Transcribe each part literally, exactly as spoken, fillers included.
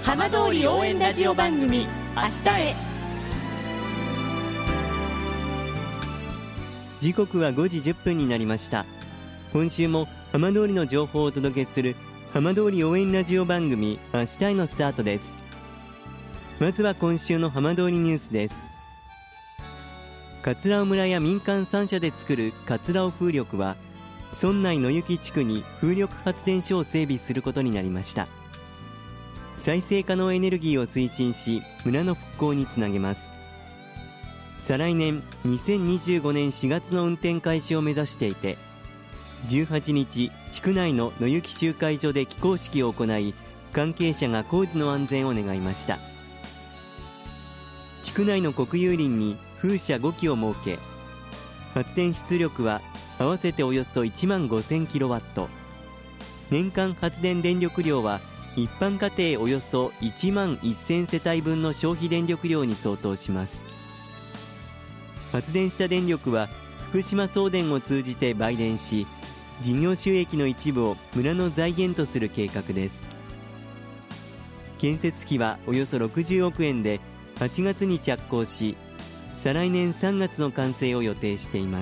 浜通り応援ラジオ番組明日へ。 時刻はごじじゅっぷんになりました。今週も浜通りの情報をお届けする浜通り応援ラジオ番組明日へのスタートです。まずは今週の浜通りニュースです。桂尾村や民間さん社で作る桂尾風力は村内野行地区に風力発電所を整備することになりました。再生可能エネルギーを推進し村の復興につなげます。再来年にせんにじゅうごねんしがつの運転開始を目指していて、じゅうはちにち地区内の野行集会所で起工式を行い、関係者が工事の安全を願いました。地区内の国有林に風車ごきを設け、発電出力は合わせておよそいちまんごせんキロワット、年間発電電力量は一般家庭およそいちまんせんせたいぶんの消費電力量に相当します。発電した電力は福島送電を通じて売電し、事業収益の一部を村の財源とする計画です。建設費はおよそろくじゅうおくえんではちがつに着工し、再来年さんがつの完成を予定しています。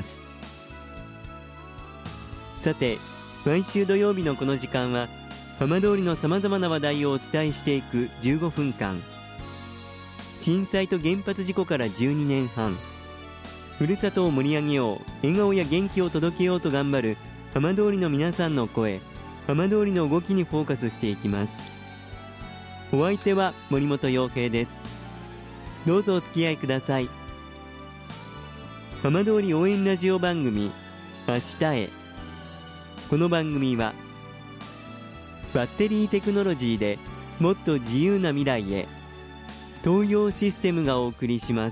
さて、毎週土曜日のこの時間は浜通りのさまざまな話題をお伝えしていくじゅうごふんかん。震災と原発事故からじゅうにねんはん、ふるさとを盛り上げよう、笑顔や元気を届けようと頑張る浜通りの皆さんの声、浜通りの動きにフォーカスしていきます。お相手は森本洋平です。どうぞお付き合いください。浜通り応援ラジオ番組明日へ。この番組はバッテリーテクノロジーでもっと自由な未来へ、東洋システムがお送りします。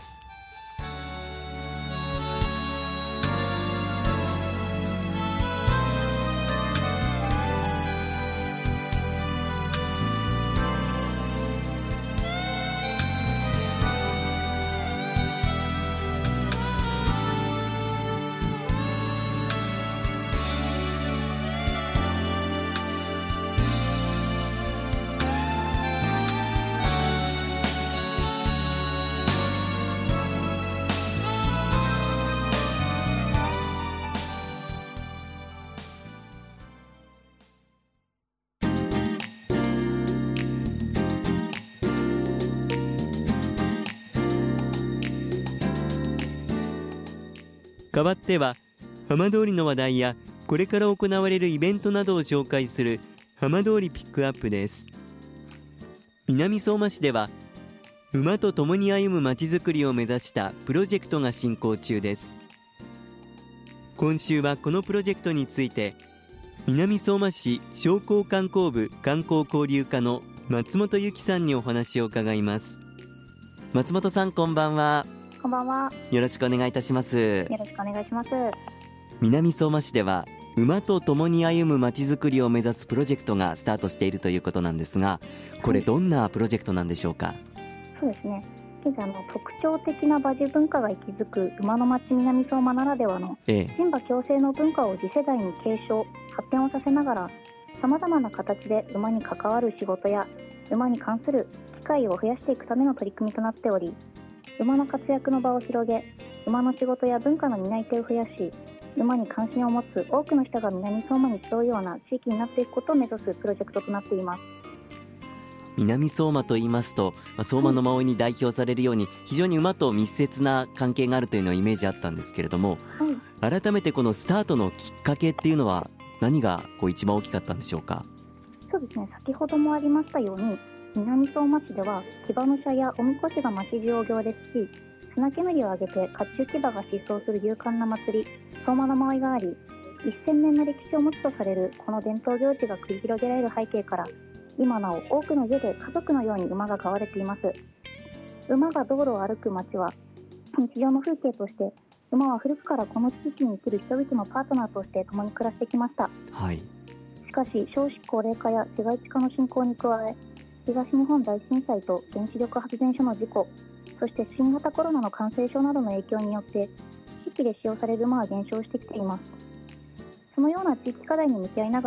代わっては浜通りの話題やこれから行われるイベントなどを紹介する浜通りピックアップです。南相馬市では馬と共に歩むまちづくりを目指したプロジェクトが進行中です。今週はこのプロジェクトについて南相馬市商工観光部観光交流課の松本由紀さんにお話を伺います。松本さん、こんばんは。 こんばんは。 よろしくお願いいたします。よろしくお願いします。 南相馬市では馬と共に歩むまちづくりを目指すプロジェクトがスタートしているということなんですが、これどんなプロジェクトなんでしょうか？はい、 そうですね、現在の特徴的な馬事文化が息づく馬の町南相馬ならではの人馬共生の文化を次世代に継承発展をさせながら、さまざまな形で馬に関わる仕事や馬に関する機会を増やしていくための取り組みとなっており、馬の活躍の場を広げ、馬の仕事や文化の担い手を増やし、馬に関心を持つ多くの人が南相馬に集うような地域になっていくことを目指すプロジェクトとなっています。 南相馬と言いますと、相馬の馬追いに代表されるように、非常に馬と密接な関係があるというのはイメージあったんですけれども、はい、改めてこのスタートのきっかけっていうのは何がこう一番大きかったんでしょうか？ そうですね、先ほどもありましたように、南相馬市では騎馬武者やおみこしが町中を行列し、砂煙を上げて甲冑騎馬が疾走する勇敢な祭り、相馬の舞いがあり、せんねんの歴史を持つとされるこの伝統行事が繰り広げられる背景から、今なお多くの家で家族のように馬が飼われています。馬が道路を歩く街は日常の風景として、馬は古くからこの地域に生きる人々のパートナーとして共に暮らしてきました。 はい、 しかし少子高齢化や市街地化の進行に加え、東日本大震災と原子力発電所の事故、そして新型コロナの感染症などの影響によって地域で使用される馬は減少してきています。そのような地域課題に向き合いながら、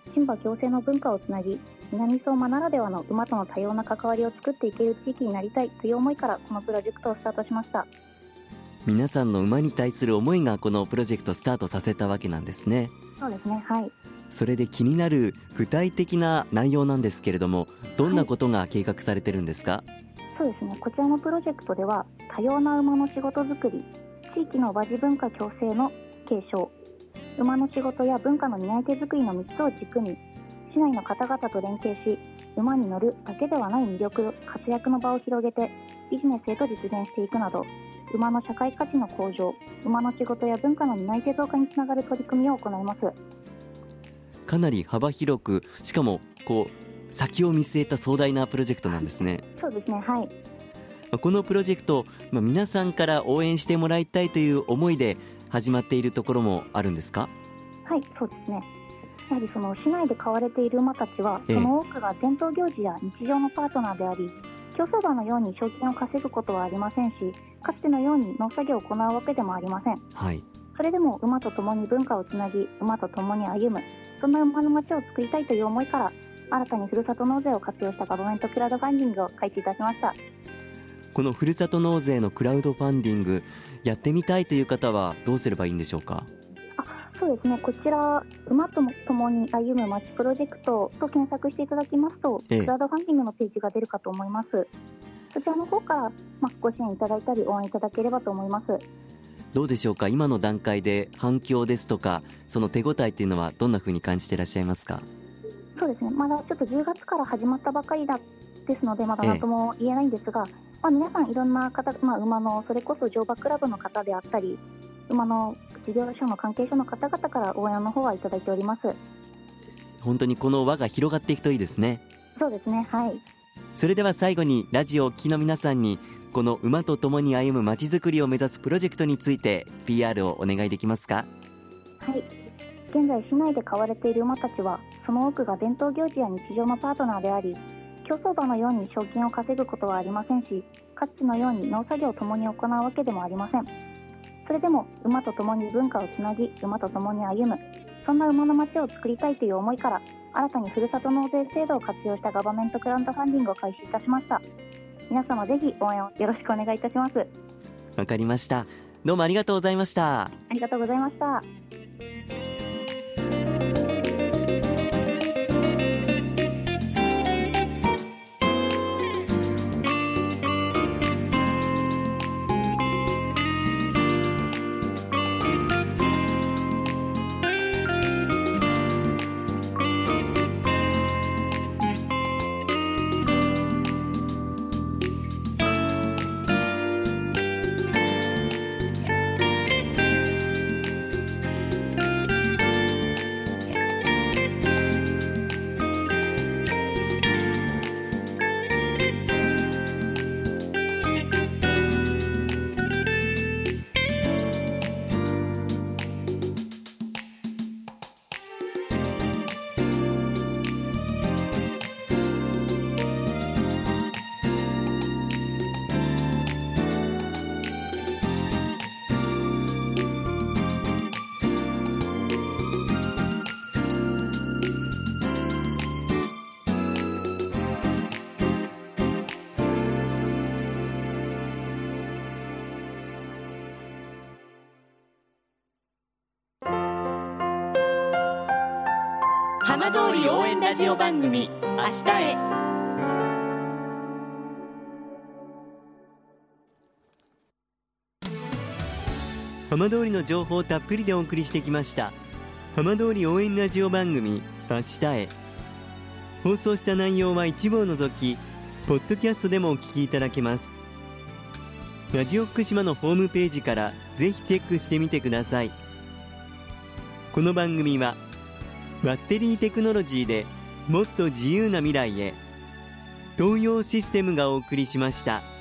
新馬共生の文化をつなぎ、南相馬ならではの馬との多様な関わりを作っていける地域になりたいという思いからこのプロジェクトをスタートしました。 皆さんの馬に対する思いがこのプロジェクトをスタートさせたわけなんですね。 そうですね、はい。 それで気になる具体的な内容なんですけれども、どんなことが計画されてるんですか？ はい、そうですね、こちらのプロジェクトでは多様な馬の仕事作り、地域の馬事文化共生の継承、馬の仕事や文化の担い手作りのみっつを軸に市内の方々と連携し、馬に乗るだけではない魅力、活躍の場を広げてビジネスへと実現していくなど、馬の社会価値の向上、馬の仕事や文化の担い手増加につながる取り組みを行います。 かなり幅広く、しかもこう先を見据えた壮大なプロジェクトなんですね。 そうですね、はい。 このプロジェクト、まあ、皆さんから応援してもらいたいという思いで始まっているところもあるんですか？ はい、そうですね。やはりその市内で飼われている馬たちは、その多くが伝統行事や日常のパートナーであり、競走馬のように賞金を稼ぐことはありませんし、かつてのように農作業を行うわけでもありません。 はい。 それでも馬と共に文化をつなぎ、馬と共に歩む、そんな馬の街を作りたいという思いから、新たにふるさと納税を活用したガバメントクラウドファンディングを開始いたしました。 このふるさと納税のクラウドファンディング、やってみたいという方はどうすればいいんでしょうか？ そうですね、こちら馬と共に歩む街プロジェクトと検索していただきますと、ええ、クラウドファンディングのページが出るかと思います。そちらの方から、まあ、ご支援いただいたり応援いただければと思います。 どうでしょうか、今の段階で反響ですとか、その手応えっていうのはどんな風に感じていらっしゃいますか？ そうですね、まだちょっとじゅうがつから始まったばかりだですので、まだ何とも言えないんですが、ええ、まあ、皆さんいろんな方、まあ、馬のそれこそ乗馬クラブの方であったり、馬の事業所の関係者の方々から応援の方はいただいております。 本当にこの輪が広がっていくといいですね。 そうですね、はい。 それでは最後にラジオをお聞きの皆さんに、この馬と共に歩むまちづくりを目指すプロジェクトについて ピーアール をお願いできますか？ はい、現在市内で飼われている馬たちは、その多くが伝統行事や日常のパートナーであり、競走馬のように賞金を稼ぐことはありませんし、かつてのように農作業を共に行うわけでもありません。それでも馬と共に文化をつなぎ、馬と共に歩む、そんな馬の街を作りたいという思いから、新たにふるさと納税制度を活用したガバメントクラウドファンディングを開始いたしました。皆様ぜひ応援をよろしくお願いいたします。 わかりました。どうもありがとうございました。 ありがとうございました。 浜通り応援ラジオ番組明日へ。 浜通りの情報をたっぷりでお送りしてきました浜通り応援ラジオ番組明日へ。放送した内容は一部を除きポッドキャストでもお聞きいただけます。ラジオ福島のホームページからぜひチェックしてみてください。この番組はバッテリーテクノロジーでもっと自由な未来へ、東洋システムがお送りしました。